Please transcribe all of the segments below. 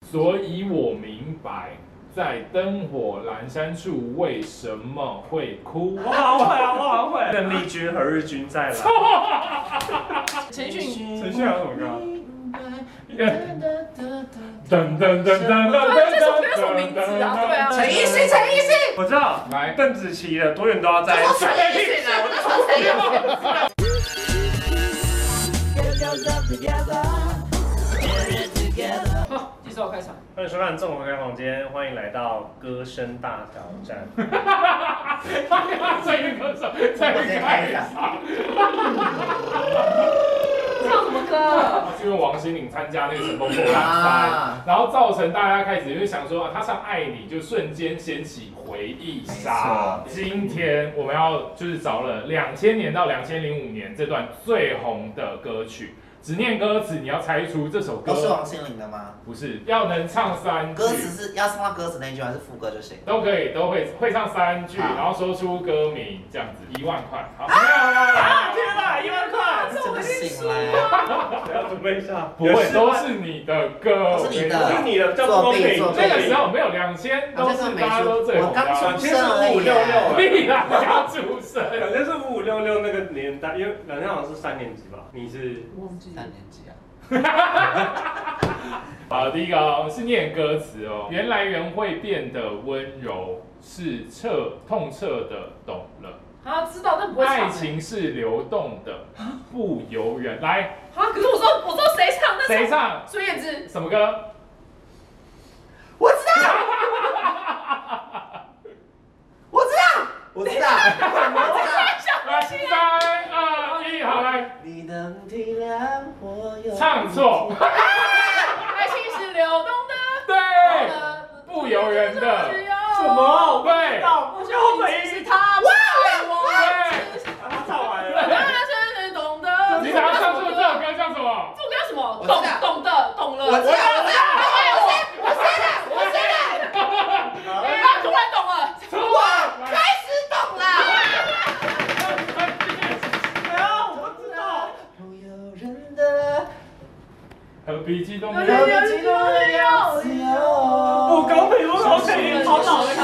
所以我明白，在灯火阑珊处为什么会哭。 我好会啊，我好会。邓丽君何日君再来？ 陈奕迅还有什么歌？ 噔噔噔噔噔噔， 这首歌叫什么名字啊？对啊，陈奕迅， 我知道， 来， 邓紫棋的《多远都要在一起》。 陈奕迅啊，我就说陈奕迅。好，介绍我开场。 欢迎收看《纵火开房间》，欢迎来到歌声大挑战。 这个歌手，这个开场。 唱什么歌？ 是因为王心凌参加那个乘风破浪赛，然后造成大家开始就想说，他唱《爱你》就瞬间掀起回忆杀。今天我们要就是找了2000年到2005年这段最红的歌曲。只念歌词，你要猜出这首歌都是王心凌的吗？ 不是，要能唱3句。 歌词是要唱到歌词那句还是副歌就行？ 都可以，都会唱3句，然后说出歌名，这样子1万块。好， 天哪，1万块！ 这个醒来， 要准备一下。 不会，都是你的歌， 都是你的， 是你的，叫不公平。 那个时候没有2000，都是大家都最红的。 我刚出生 5566， 屁啦，刚出生。 2000是5566那个年代，因为2000好像是3年级吧？你是忘记 3年级啊。 好，第一个哦，是念歌词哦。原来人会变得温柔，是痛彻的懂了。 啊，知道，但不会唱。 爱情是流动的，不由人。来， 啊，可是我知道谁唱，那谁唱？ 孙燕姿。 什么歌？ 我知道，我知道，我知道， 来，3、2、1，好来。 你能体谅我有唱错。 爱情是流动的， 对，不由人的。 什么？ 对， 不想每是他爱我。 对， 他唱完了。 真是懂得。 你想要唱出这首歌叫什么？ 这首歌叫什么？ 我知道懂了。 我知道， 他突然懂了， 我开始懂了。 我知道。 不由人的， 何必激动？ 有激动的要自由。 不公平，不公平，好老的歌。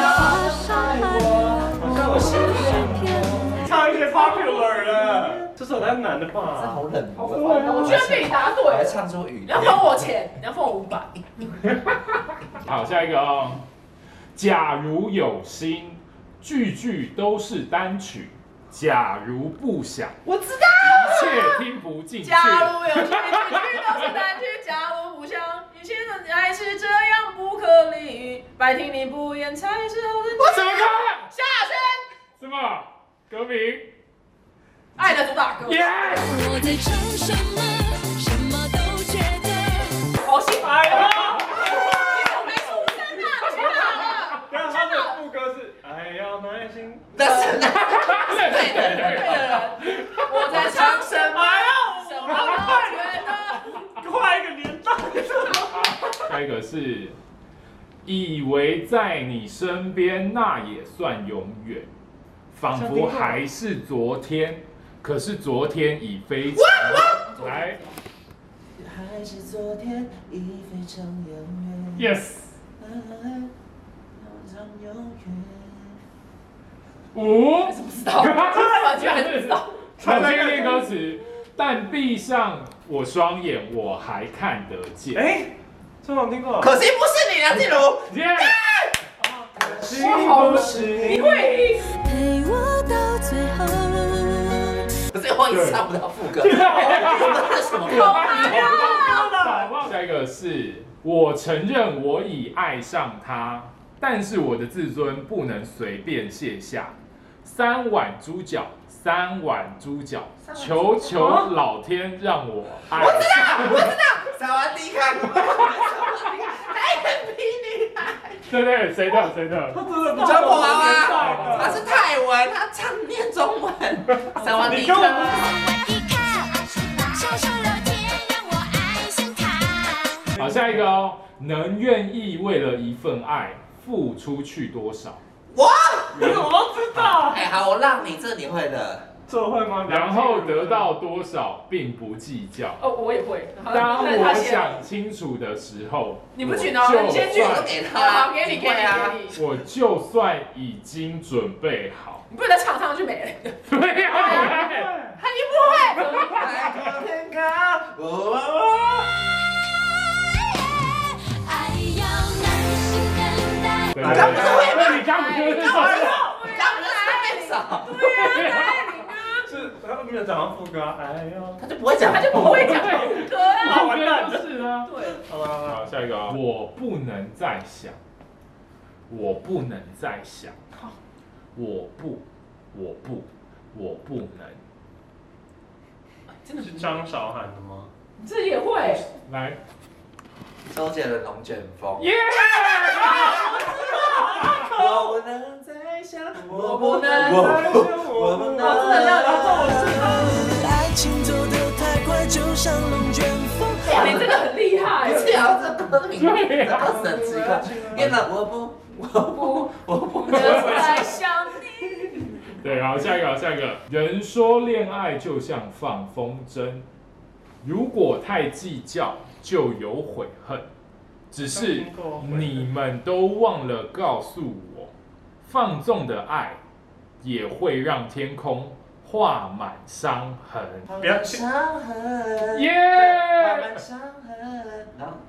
唱一些 popular 的，这首太难了这吧？ 好冷好烦我居然被你答对我还了。 唱出语。 你要分我钱，你要分我500。 好，下一个哦。假如有心，句句都是单曲；假如不想， 我知道。 一切听不进去。 假如有些句句都是单句，假如不想，一切的爱是这样不可理喻，白听你不言才是好的。 什么歌？ 下身。 什么歌名？ 爱的主打歌。 Yes。 我在唱什么，什么都觉得。 好心哎呀！ 你怎么没出声啊？去哪了？ 然后他的副歌是爱要耐心。 但是对的人，我在唱什么？什么都觉得。 快一个年代。 下一个是以为在你身边，那也算永远，仿佛还是昨天，可是昨天已非常。来还是昨天已非常遥远。 ，Yes。5。 还是不知道，完全还是不知道。 重新念歌词，但闭上我双眼，我还看得见。 哎，这我听过。 可惜不是你，梁静茹。 耶！ 好你会。 陪我到最后。 可是我一直唱不到副歌。这是什么歌？ 好难啊！ 下一个是我承认我已爱上他，但是我的自尊不能随便卸下。3碗猪脚，3碗猪脚，求求老天让我爱上。 我知道，萨瓦迪卡，还很比女孩。 对对，谁的？ 他真的不中国娃娃，他是泰文，他唱念中文。萨瓦迪卡。 好，下一个哦，能愿意为了一份爱付出去多少？ 哇， 你怎么都知道？ 哎，好，我让你，这你会的。 这会吗？ 然后得到多少并不计较。 哦，我也会。 当我想清楚的时候， 你不举呢？你先举， 我给他， 好，给你，给你。 我就算已经准备好， 你不能再唱上去没了。 对呀， 他一不会。 爱要耐心等待。 对，那你刚不就是刚不是变少， 对啊， 是，然后没有讲到副歌，哎呦， 他就不会讲， 他就不会讲副歌啊。 完蛋就是啊。 对， 好吧， 好，下一个啊，我不能再想，我不能再想，我不能。 真的是张韶涵的吗？ 这也会。 来， 周杰伦《龙卷风》。 耶！ 我不能再想， 我不能我不能爱情走得太快，就像龙卷风。 你这个很厉害。 不是啊，这歌名，这歌词很奇怪。因为我不能再想你。 对，好，下一个。人说恋爱就像放风筝，如果太计较，就有悔恨。只是你们都忘了告诉我，放纵的爱也会让天空画满伤痕。 不要伤痕， 耶！ 画满伤痕，然后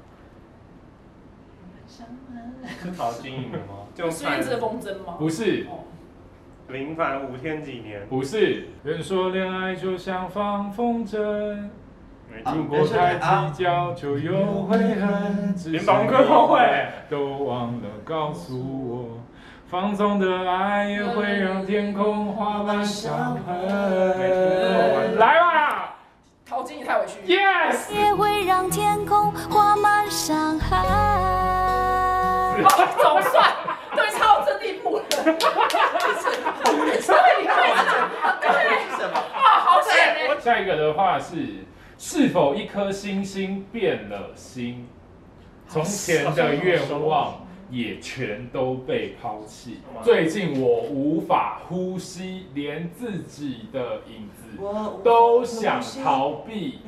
伤痕。 是陶晶莹的吗？就孙燕姿的风筝吗？ 不是。 林凡5天几年？ 不是，人说恋爱就像放风筝，如果太计较就有悔恨。 连榜歌都会， 都忘了告诉我，放纵的爱也会让天空画满伤痕。来吧， 陶晶莹太委屈。 Yes， 也会让天空画满伤痕。 总算对超这地步了。 什么？ 哇，好险哎！ 下一个的话是否一颗星星变了心？从前的愿望也全都被抛弃。最近我无法呼吸，连自己的影子都想逃避。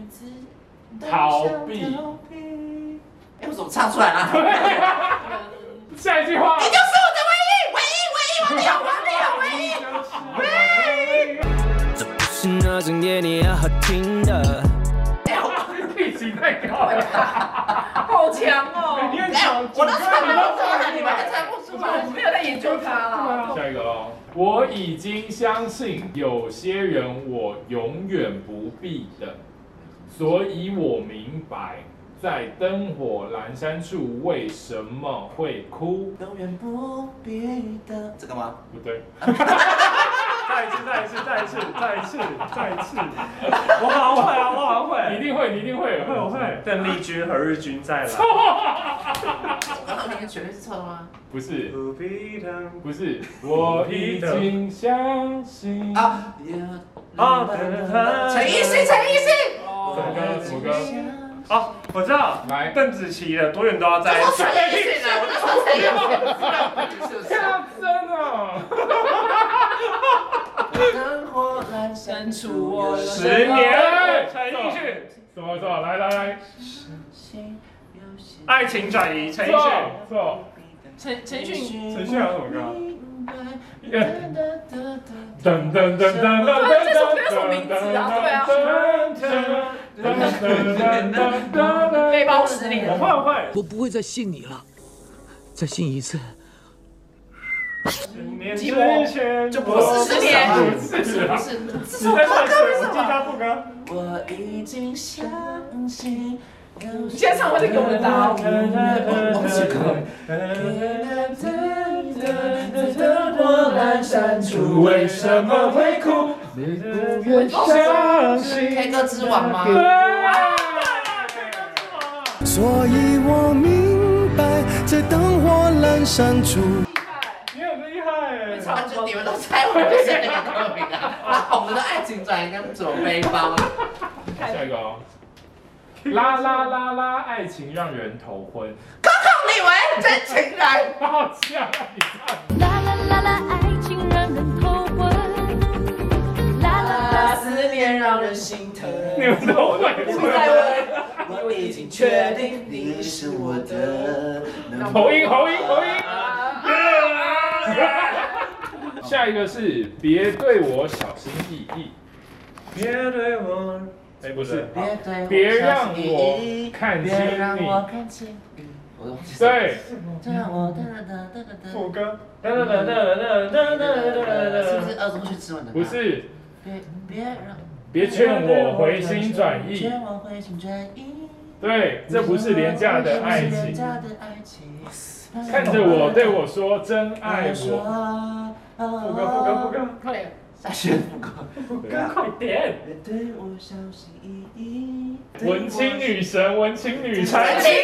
哎，我怎么唱出来了？ 下一句话， 你就是我的唯一，唯一， 这不是那种夜你要好听的。 力气太高了， 好强哦！ 你很强， 我都唱不出来，你们还唱不出来。 我没有在研究他啦。 下一个哦，我已经相信有些人我永远不必等，所以我明白在灯火阑珊处为什么会哭。 永远不必等，这个吗？ 不对， 再一次，我好会啊，我好会， 你一定会， 我会。邓丽君何日君再来？ 刚刚旋律是错的吗？ 不是， 不必等。 不是，我已经相信。 啊，陈奕迅。 什么歌？ 哦，我知道， 来邓紫棋的《多远都要在一起》。 陈奕迅啊，我就说陈奕迅， 跳针哦！ 灯火阑珊处， 我 10年，陈奕迅。 错，来。 爱情转移，陈奕迅。 错。 陈奕迅。 陈奕迅还有什么歌？ 噔， 这首歌什么名字啊？对啊。背包10年。 我会。 我不会再信你了，再信一次。 寂寞就不是10年， 不是。 你在唱歌，我记他副歌。 我已经相信。 你现在唱会是给我们的答案。 灯火阑珊处，为什么会哭？你不愿相信。K 歌之王吗？ 所以我明白，在灯火阑珊处。 你很厉害哎！ 就你们都猜我就是那个歌名啊！他红的爱情转移跟左背包。 下一个哦。啦，爱情让人头昏。 高李维真情人， 好强啊！你唱。 啦，爱情让人头昏。啦， 心疼。 你们都会不再问， 我已经确定你是我的。 喉音。下一个是别对我小心翼翼， 别对我， 不是， 别让我看清你。对， 副歌， 是不是恶作剧之吻的？ 不是， 别别劝我回心转意。 劝我回心转意。 对，这不是廉价的爱情。看着我，对我说真爱我。 副歌， 快点， 再选副歌。 快点！ 别对我小心翼翼。 文青女神，文青女神，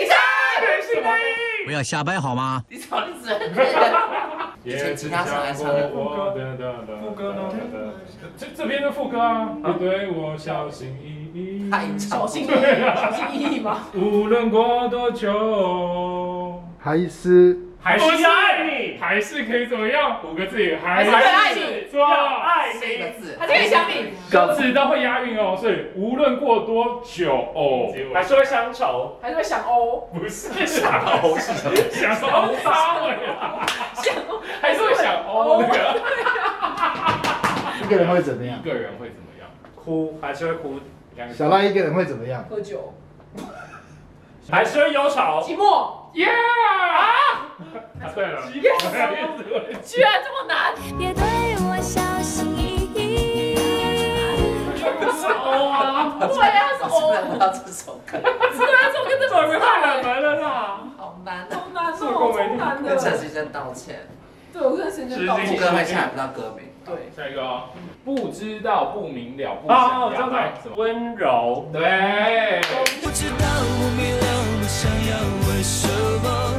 不要瞎掰好吗？ 你找你自以前吉他手还唱的副歌呢？ 这边的副歌啊，别对我小心翼翼。 小心翼翼吗？ 无论过多久， 还是爱你， 还是可以怎么样？5个字，还是会爱你， 错， 爱 4个字， 还是可以想你。 歌词都会押韵哦，所以无论过多久哦， 还是会乡愁， 还是会想欧， 不是想欧是什么？想欧沙尾啊， 想欧， 还是会想欧那个。 一个人会怎么样一？个人会怎么样？ 哭还是会哭， 小赖一个人会怎么样？ 喝酒， 还是会忧愁， 寂寞， 耶啊！对了， 居然这么难。 别对我小心翼翼。 是欧啊，对啊，是欧， 不知道这首歌， 对啊，这首歌真的这太冷门了啦！ 好难。 超难的，超难的。 跟陈绮贞道歉。 对，我跟陈真道歉。 副歌会下来不到歌名。 对， 下一个哦，不知道，不明了，不哦， 想要， 什么温柔？ 对， 不知道，不明了，不想要，为什么？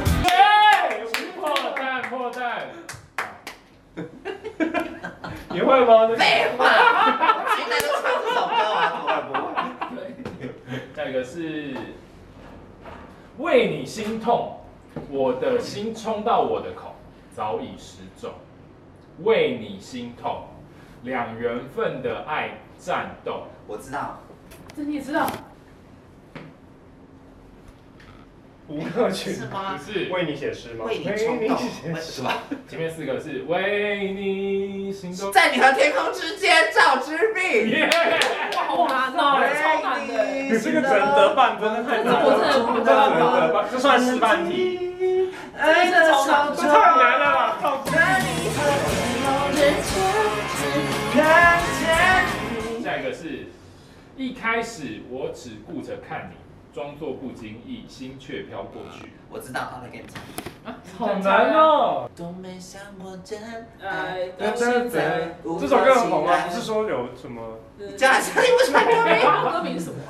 破蛋。 你会吗？ 废话，现在就唱这首歌啊，不会。 下一个是为你心痛，我的心冲到我的口，早已失重。为你心痛，两人份的爱战斗。 我知道， 这你也知道。 吴克群是吗？ 不是， 为你写诗吗？ 为你冲动，是吧？ 前面4个是为你心动。 在你和天空之间找致命。 耶！ 哇，好难哦，超难的。 你这个只能得半分，太难我真的了， 不知道。 这算示范题。 真的超难， 这太难了啦！ 下一个是一开始我只顾着看你，装作不经意，心却飘过去。 我知道，我来给你唱。 好难哦！ 都没想过真爱到现在。 这首歌很红啊，不是说有什么这样唱，你为什么歌名？ 歌名是什么？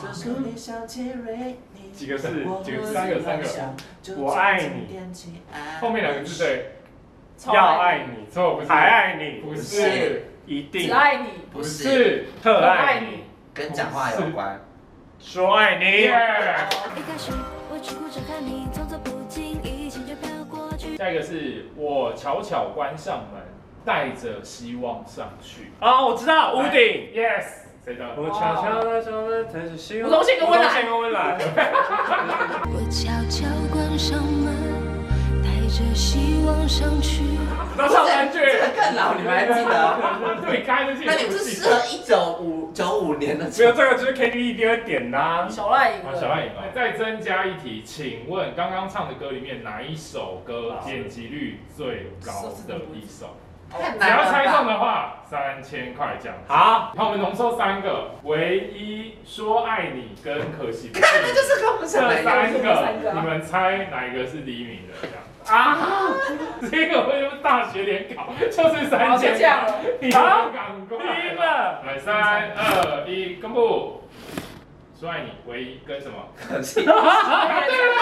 几个字？几个字 ？3个。 我爱你。 后面2个字对。 要爱你， 错，不是。 还爱你， 不是。 一定只。爱你， 不是。 特爱你， 跟讲话有关。 说爱你。 一开始我只顾着看你，装作不经意，心就飘过去。 下一个是我悄悄关上门，带着希望上去。 啊，我知道，屋顶。 Yes， 谁的？ 我悄悄的上门，带着希望。 吴宗宪跟温岚。 我悄悄关上门，带着希望上去。 那唱3句， 这个更老，你们还记得？ 对，刚才那句。 那你不是适合1995年的？ 没有，这个就是 KTV 一定会点的啊。 小赖赢了。 小赖赢了。再增加一题，请问刚刚唱的歌里面哪一首歌点击率最高的一首？ 太只要猜中难了。 的话，3000块奖金。 好， 那我们浓缩3个，唯一说爱你跟可惜不看，这是就是跟我们这想的一样。 3个，你们猜哪一个是第1名的？这样啊，这个会用大学联考，就是好，就这 3000 样了。 你们赶快赢了。 来，3、2、1，公布。说爱你，唯一跟什么？ 可惜。 对了，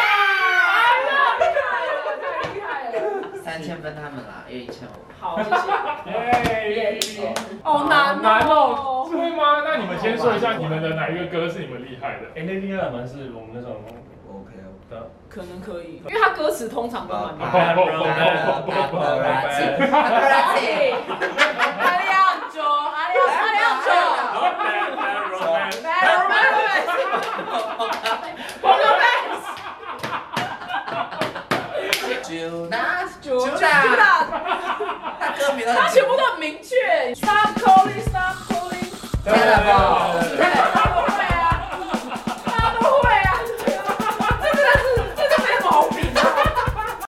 太厉害了。 3000分他们啦，因为1500。 好，谢谢。 耶！ 好难哦。 会吗？那你们先说一下你们的哪一个歌是你们厉害的？ 那厉害蛮是我们那种 OK 的。 可能可以，因为他歌词通常都蛮厉害。阿里亚佐，阿里亚佐。 Juna， 他歌名都他全部都很明确。Stop calling, stop calling。 天哪！